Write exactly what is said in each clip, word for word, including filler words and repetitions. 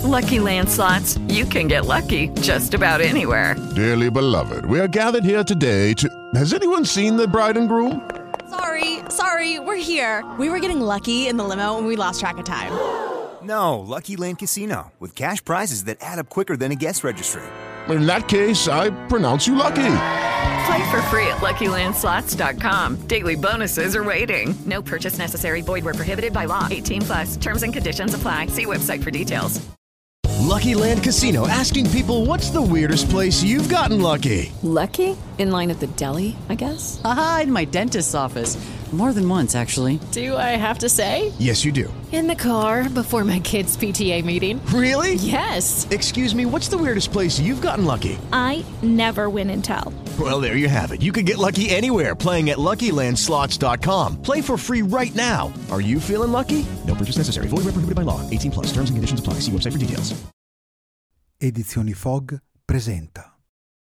Lucky Land Slots, you can get lucky just about anywhere. Dearly beloved, we are gathered here today to... Has anyone seen the bride and groom? Sorry, sorry, we're here. We were getting lucky in the limo and we lost track of time. No, Lucky Land Casino, with cash prizes that add up quicker than a guest registry. In that case, I pronounce you lucky. Play for free at Lucky Land Slots dot com. Daily bonuses are waiting. No purchase necessary. Void where prohibited by law. eighteen plus. Terms and conditions apply. See website for details. Lucky Land Casino, asking people, what's the weirdest place you've gotten lucky? Lucky? In line at the deli, I guess? Aha, in my dentist's office. More than once, actually. Do I have to say? Yes, you do. In the car before my kids' P T A meeting. Really? Yes. Excuse me, what's the weirdest place you've gotten lucky? I never win and tell. Well, there you have it. You can get lucky anywhere, playing at Lucky Land Slots dot com. Play for free right now. Are you feeling lucky? No purchase necessary. Void where prohibited by law. eighteen plus. Terms and conditions apply. See website for details. Edizioni Fogg presenta.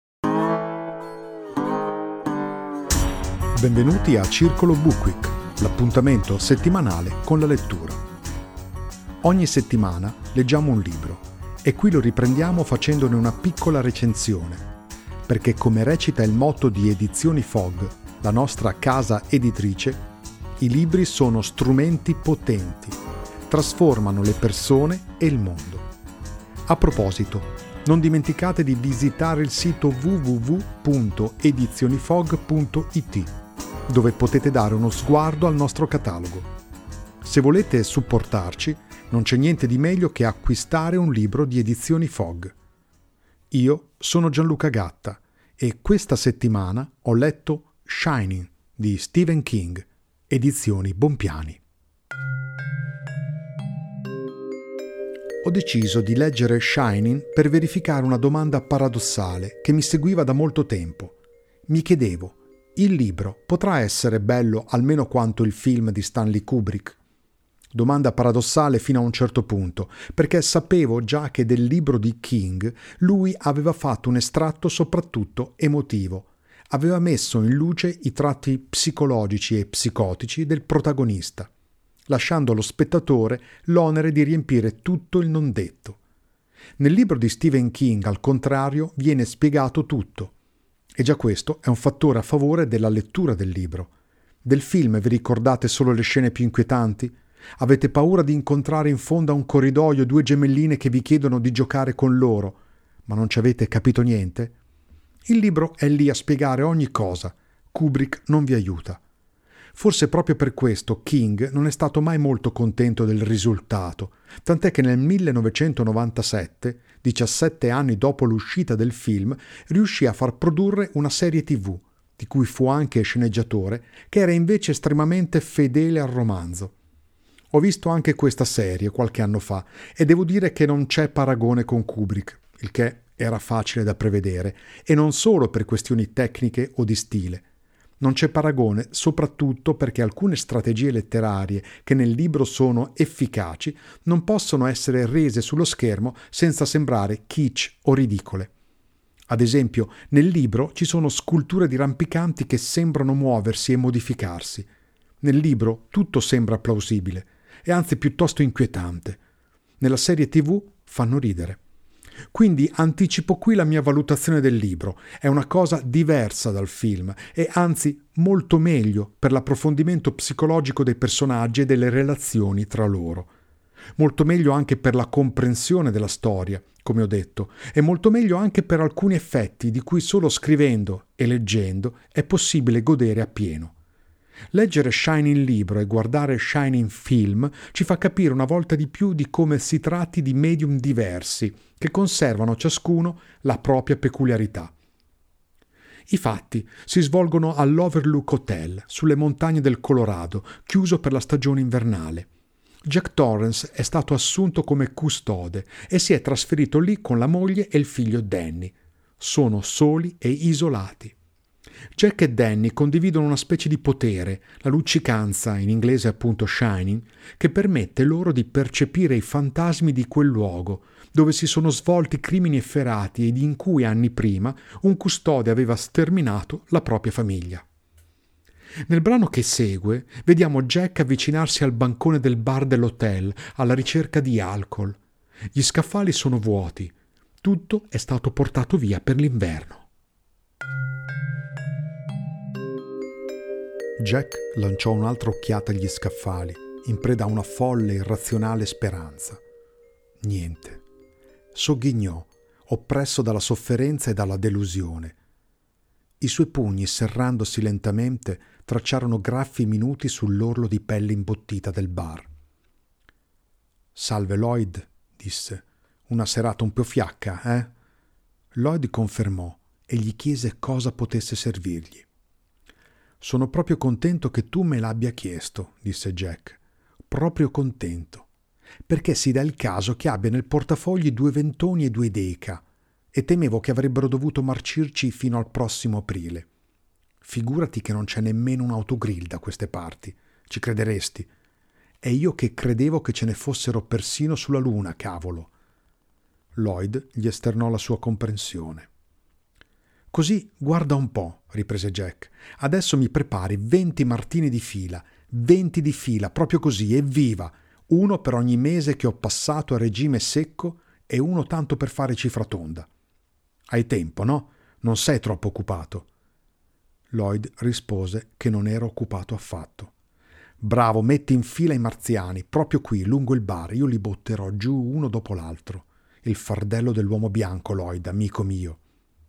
Benvenuti a Circolo Book Week, l'appuntamento settimanale con la lettura. Ogni settimana leggiamo un libro e qui lo riprendiamo facendone una piccola recensione, perché come recita il motto di Edizioni Fogg, la nostra casa editrice, i libri sono strumenti potenti, trasformano le persone e il mondo. A proposito, non dimenticate di visitare il sito w w w punto edizionifogg punto i t, dove potete dare uno sguardo al nostro catalogo. Se volete supportarci, non c'è niente di meglio che acquistare un libro di Edizioni Fogg. Io sono Gianluca Gatta e questa settimana ho letto Shining di Stephen King, Edizioni Bompiani. Ho deciso di leggere Shining per verificare una domanda paradossale che mi seguiva da molto tempo. Mi chiedevo, il libro potrà essere bello almeno quanto il film di Stanley Kubrick? Domanda paradossale fino a un certo punto, perché sapevo già che del libro di King lui aveva fatto un estratto soprattutto emotivo. Aveva messo in luce i tratti psicologici e psicotici del protagonista, lasciando allo spettatore l'onere di riempire tutto il non detto. Nel libro di Stephen King, al contrario, viene spiegato tutto. E già questo è un fattore a favore della lettura del libro. Del film vi ricordate solo le scene più inquietanti? Avete paura di incontrare in fondo a un corridoio due gemelline che vi chiedono di giocare con loro, ma non ci avete capito niente? Il libro è lì a spiegare ogni cosa. Kubrick non vi aiuta. Forse proprio per questo King non è stato mai molto contento del risultato, tant'è che nel millenovecentonovantasette, diciassette anni dopo l'uscita del film, riuscì a far produrre una serie tivù, di cui fu anche sceneggiatore, che era invece estremamente fedele al romanzo. Ho visto anche questa serie qualche anno fa e devo dire che non c'è paragone con Kubrick, il che era facile da prevedere, e non solo per questioni tecniche o di stile. Non c'è paragone soprattutto perché alcune strategie letterarie che nel libro sono efficaci non possono essere rese sullo schermo senza sembrare kitsch o ridicole. Ad esempio, nel libro ci sono sculture di rampicanti che sembrano muoversi e modificarsi. Nel libro tutto sembra plausibile, e anzi piuttosto inquietante. Nella serie tivù fanno ridere. Quindi anticipo qui la mia valutazione del libro. È una cosa diversa dal film e anzi molto meglio per l'approfondimento psicologico dei personaggi e delle relazioni tra loro. Molto meglio anche per la comprensione della storia, come ho detto, e molto meglio anche per alcuni effetti di cui solo scrivendo e leggendo è possibile godere appieno. Leggere Shining libro e guardare Shining film ci fa capire una volta di più di come si tratti di medium diversi, che conservano ciascuno la propria peculiarità. I fatti si svolgono all'Overlook Hotel, sulle montagne del Colorado, chiuso per la stagione invernale. Jack Torrance è stato assunto come custode e si è trasferito lì con la moglie e il figlio Danny. Sono soli e isolati. Jack e Danny condividono una specie di potere, la luccicanza, in inglese appunto shining, che permette loro di percepire i fantasmi di quel luogo, dove si sono svolti crimini efferati ed in cui anni prima un custode aveva sterminato la propria famiglia. Nel brano che segue vediamo Jack avvicinarsi al bancone del bar dell'hotel alla ricerca di alcol. Gli scaffali sono vuoti. Tutto è stato portato via per l'inverno. Jack lanciò un'altra occhiata agli scaffali, in preda a una folle, irrazionale speranza. Niente. Sogghignò, oppresso dalla sofferenza e dalla delusione. I suoi pugni, serrandosi lentamente, tracciarono graffi minuti sull'orlo di pelle imbottita del bar. «Salve, Lloyd», disse. «Una serata un po' fiacca, eh?» Lloyd confermò e gli chiese cosa potesse servirgli. «Sono proprio contento che tu me l'abbia chiesto», disse Jack. «Proprio contento. Perché si dà il caso che abbia nel portafogli due ventoni e due deca, e temevo che avrebbero dovuto marcirci fino al prossimo aprile. Figurati che non c'è nemmeno un autogrill da queste parti, ci crederesti? E io che credevo che ce ne fossero persino sulla Luna, cavolo!» Lloyd gli esternò la sua comprensione. «Così, guarda un po'», riprese Jack. «Adesso mi prepari venti martini di fila, venti di fila, proprio così, evviva! Uno per ogni mese che ho passato a regime secco e uno tanto per fare cifra tonda. Hai tempo, no? Non sei troppo occupato?» Lloyd rispose che non era occupato affatto. «Bravo, metti in fila i marziani, proprio qui, lungo il bar, io li butterò giù uno dopo l'altro. Il fardello dell'uomo bianco, Lloyd, amico mio».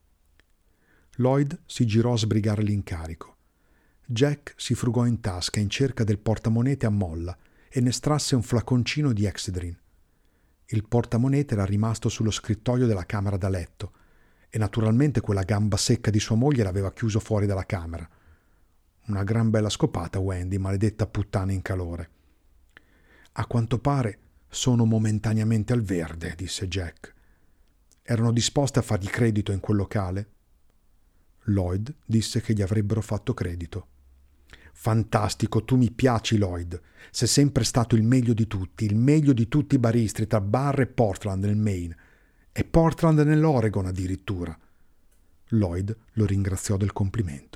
Lloyd si girò a sbrigare l'incarico. Jack si frugò in tasca in cerca del portamonete a molla e ne estrasse un flaconcino di Excedrin. Il portamonete era rimasto sullo scrittoio della camera da letto e naturalmente quella gamba secca di sua moglie l'aveva chiuso fuori dalla camera. Una gran bella scopata, Wendy, maledetta puttana in calore. «A quanto pare sono momentaneamente al verde», disse Jack. «Erano disposte a fargli credito in quel locale?» Lloyd disse che gli avrebbero fatto credito. «Fantastico, tu mi piaci, Lloyd. Sei sempre stato il meglio di tutti, il meglio di tutti i baristri tra Barr e Portland nel Maine. E Portland nell'Oregon addirittura». Lloyd lo ringraziò del complimento.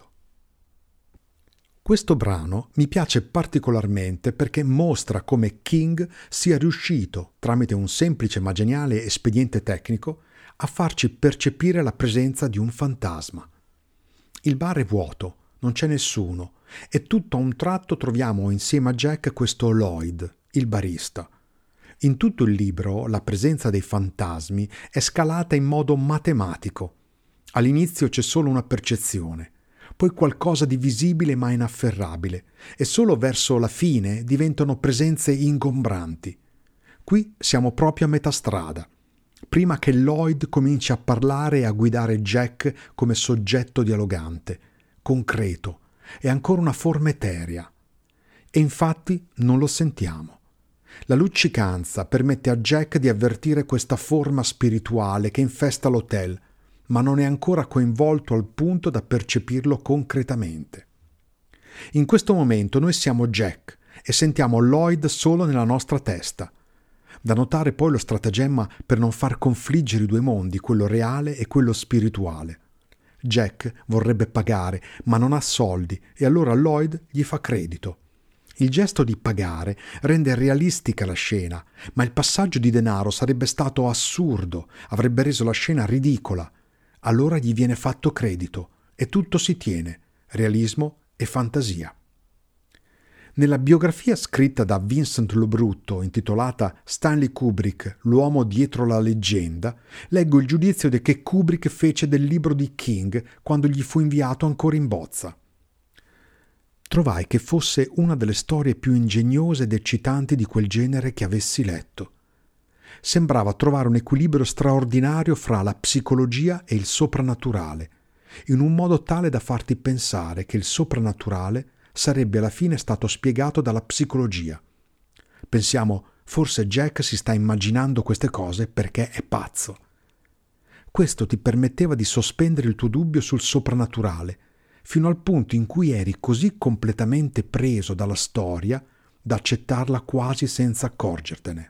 Questo brano mi piace particolarmente perché mostra come King sia riuscito, tramite un semplice ma geniale espediente tecnico, a farci percepire la presenza di un fantasma. Il bar è vuoto, non c'è nessuno, e tutto a un tratto troviamo insieme a Jack questo Lloyd, il barista. In tutto il libro la presenza dei fantasmi è scalata in modo matematico. All'inizio c'è solo una percezione, poi qualcosa di visibile ma inafferrabile, e solo verso la fine diventano presenze ingombranti. Qui siamo proprio a metà strada, prima che Lloyd cominci a parlare e a guidare Jack come soggetto dialogante, concreto e ancora una forma eterea. E infatti non lo sentiamo. La luccicanza permette a Jack di avvertire questa forma spirituale che infesta l'hotel, ma non è ancora coinvolto al punto da percepirlo concretamente. In questo momento noi siamo Jack e sentiamo Lloyd solo nella nostra testa. Da notare poi lo stratagemma per non far confliggere i due mondi, quello reale e quello spirituale. Jack vorrebbe pagare, ma non ha soldi, e allora Lloyd gli fa credito. Il gesto di pagare rende realistica la scena, ma il passaggio di denaro sarebbe stato assurdo, avrebbe reso la scena ridicola. Allora gli viene fatto credito e tutto si tiene, realismo e fantasia. Nella biografia scritta da Vincent Lobrutto, intitolata Stanley Kubrick, l'uomo dietro la leggenda, leggo il giudizio che Kubrick fece del libro di King quando gli fu inviato ancora in bozza. Trovai che fosse una delle storie più ingegnose ed eccitanti di quel genere che avessi letto. Sembrava trovare un equilibrio straordinario fra la psicologia e il soprannaturale, in un modo tale da farti pensare che il soprannaturale sarebbe alla fine stato spiegato dalla psicologia. Pensiamo, forse Jack si sta immaginando queste cose perché è pazzo. Questo ti permetteva di sospendere il tuo dubbio sul soprannaturale, fino al punto in cui eri così completamente preso dalla storia da accettarla quasi senza accorgertene.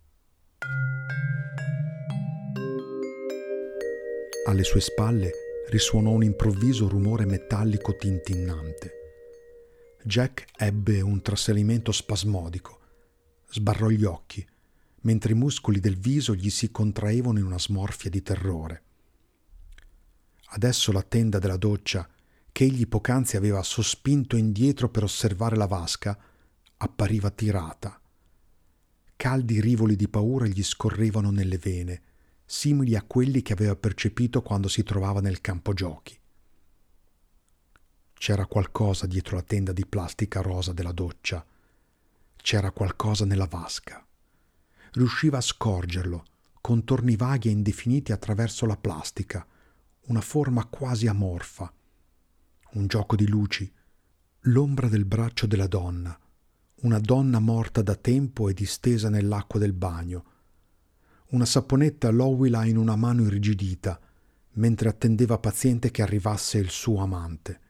Alle sue spalle risuonò un improvviso rumore metallico tintinnante. Jack ebbe un trasalimento spasmodico, sbarrò gli occhi, mentre i muscoli del viso gli si contraevano in una smorfia di terrore. Adesso la tenda della doccia, che egli poc'anzi aveva sospinto indietro per osservare la vasca, appariva tirata. Caldi rivoli di paura gli scorrevano nelle vene, simili a quelli che aveva percepito quando si trovava nel campo giochi. C'era qualcosa dietro la tenda di plastica rosa della doccia. C'era qualcosa nella vasca. Riusciva a scorgerlo, contorni vaghi e indefiniti attraverso la plastica, una forma quasi amorfa. Un gioco di luci, l'ombra del braccio della donna, una donna morta da tempo e distesa nell'acqua del bagno, una saponetta Lowila in una mano irrigidita, mentre attendeva paziente che arrivasse il suo amante.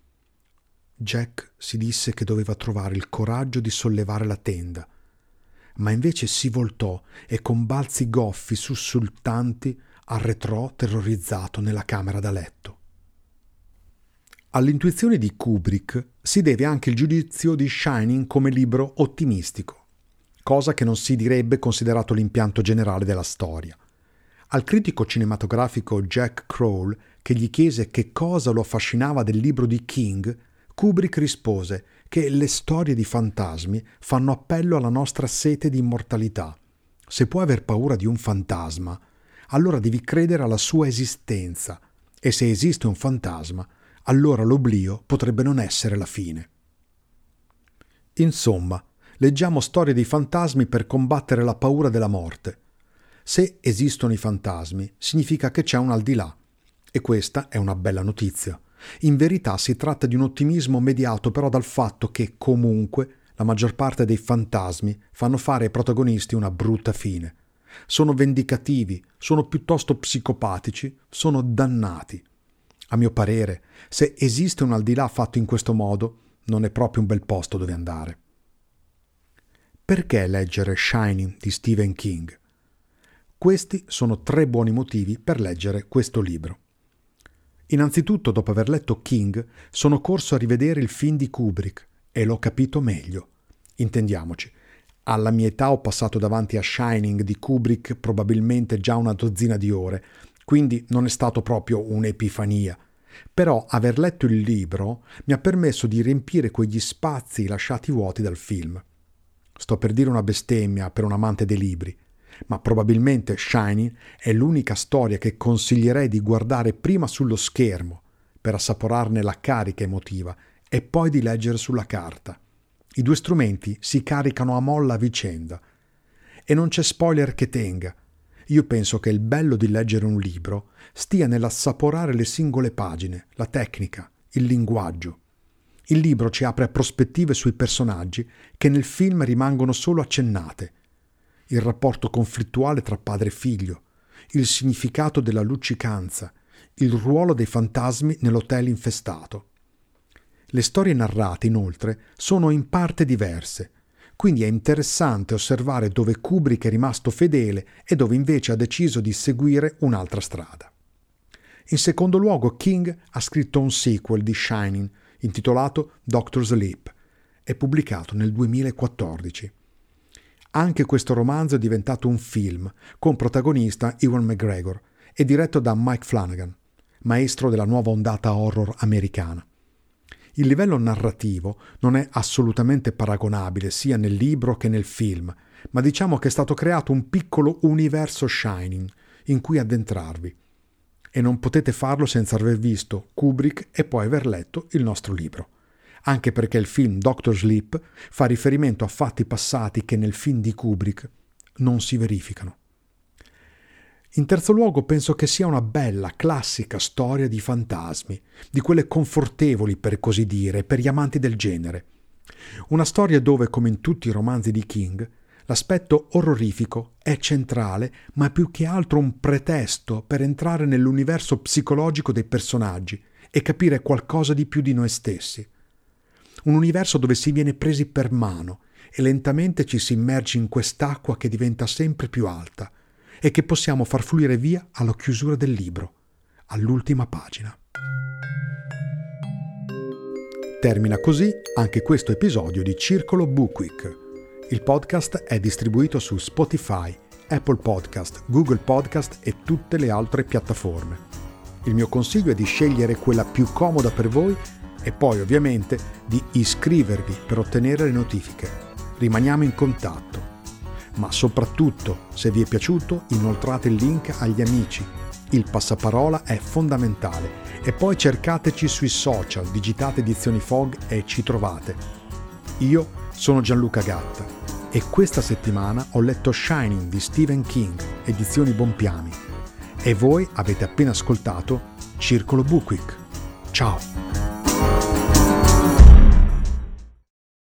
Jack si disse che doveva trovare il coraggio di sollevare la tenda, ma invece si voltò e con balzi goffi sussultanti arretrò terrorizzato nella camera da letto. All'intuizione di Kubrick si deve anche il giudizio di Shining come libro ottimistico, cosa che non si direbbe considerato l'impianto generale della storia. Al critico cinematografico Jack Kroll, che gli chiese che cosa lo affascinava del libro di King, Kubrick rispose che le storie di fantasmi fanno appello alla nostra sete di immortalità. Se puoi aver paura di un fantasma, allora devi credere alla sua esistenza, e se esiste un fantasma, allora l'oblio potrebbe non essere la fine. Insomma, leggiamo storie di fantasmi per combattere la paura della morte. Se esistono i fantasmi, significa che c'è un al di là, e questa è una bella notizia. In verità si tratta di un ottimismo mediato però dal fatto che, comunque, la maggior parte dei fantasmi fanno fare ai protagonisti una brutta fine. Sono vendicativi, sono piuttosto psicopatici, sono dannati. A mio parere, se esiste un al di là fatto in questo modo, non è proprio un bel posto dove andare. Perché leggere Shining di Stephen King? Questi sono tre buoni motivi per leggere questo libro. Innanzitutto, dopo aver letto King, sono corso a rivedere il film di Kubrick e l'ho capito meglio. Intendiamoci, alla mia età ho passato davanti a Shining di Kubrick probabilmente già una dozzina di ore, quindi non è stato proprio un'epifania. Però aver letto il libro mi ha permesso di riempire quegli spazi lasciati vuoti dal film. Sto per dire una bestemmia per un amante dei libri, ma probabilmente Shining è l'unica storia che consiglierei di guardare prima sullo schermo per assaporarne la carica emotiva e poi di leggere sulla carta. I due strumenti si caricano a molla a vicenda e non c'è spoiler che tenga. Io penso che il bello di leggere un libro stia nell'assaporare le singole pagine, la tecnica, il linguaggio. Il libro ci apre a prospettive sui personaggi che nel film rimangono solo accennate. Il rapporto conflittuale tra padre e figlio, il significato della luccicanza, il ruolo dei fantasmi nell'hotel infestato. Le storie narrate, inoltre, sono in parte diverse, quindi è interessante osservare dove Kubrick è rimasto fedele e dove invece ha deciso di seguire un'altra strada. In secondo luogo, King ha scritto un sequel di Shining, intitolato Doctor Sleep, e pubblicato nel duemilaquattordici. Anche questo romanzo è diventato un film, con protagonista Ewan McGregor e diretto da Mike Flanagan, maestro della nuova ondata horror americana. Il livello narrativo non è assolutamente paragonabile sia nel libro che nel film, ma diciamo che è stato creato un piccolo universo Shining in cui addentrarvi. E non potete farlo senza aver visto Kubrick e poi aver letto il nostro libro. Anche perché il film Doctor Sleep fa riferimento a fatti passati che nel film di Kubrick non si verificano. In terzo luogo, penso che sia una bella, classica storia di fantasmi, di quelle confortevoli per così dire, per gli amanti del genere. Una storia dove, come in tutti i romanzi di King, l'aspetto orrorifico è centrale, ma è più che altro un pretesto per entrare nell'universo psicologico dei personaggi e capire qualcosa di più di noi stessi. Un universo dove si viene presi per mano e lentamente ci si immerge in quest'acqua che diventa sempre più alta e che possiamo far fluire via alla chiusura del libro, all'ultima pagina. Termina così anche questo episodio di Circolo Book Week. Il podcast è distribuito su Spotify, Apple Podcast, Google Podcast e tutte le altre piattaforme. Il mio consiglio è di scegliere quella più comoda per voi e poi ovviamente di iscrivervi per ottenere le notifiche. Rimaniamo in contatto. Ma soprattutto, se vi è piaciuto, inoltrate il link agli amici. Il passaparola è fondamentale. E poi cercateci sui social, digitate Edizioni Fogg e ci trovate. Io sono Gianluca Gatta e questa settimana ho letto Shining di Stephen King, Edizioni Bompiani. E voi avete appena ascoltato Circolo Book Week. Ciao!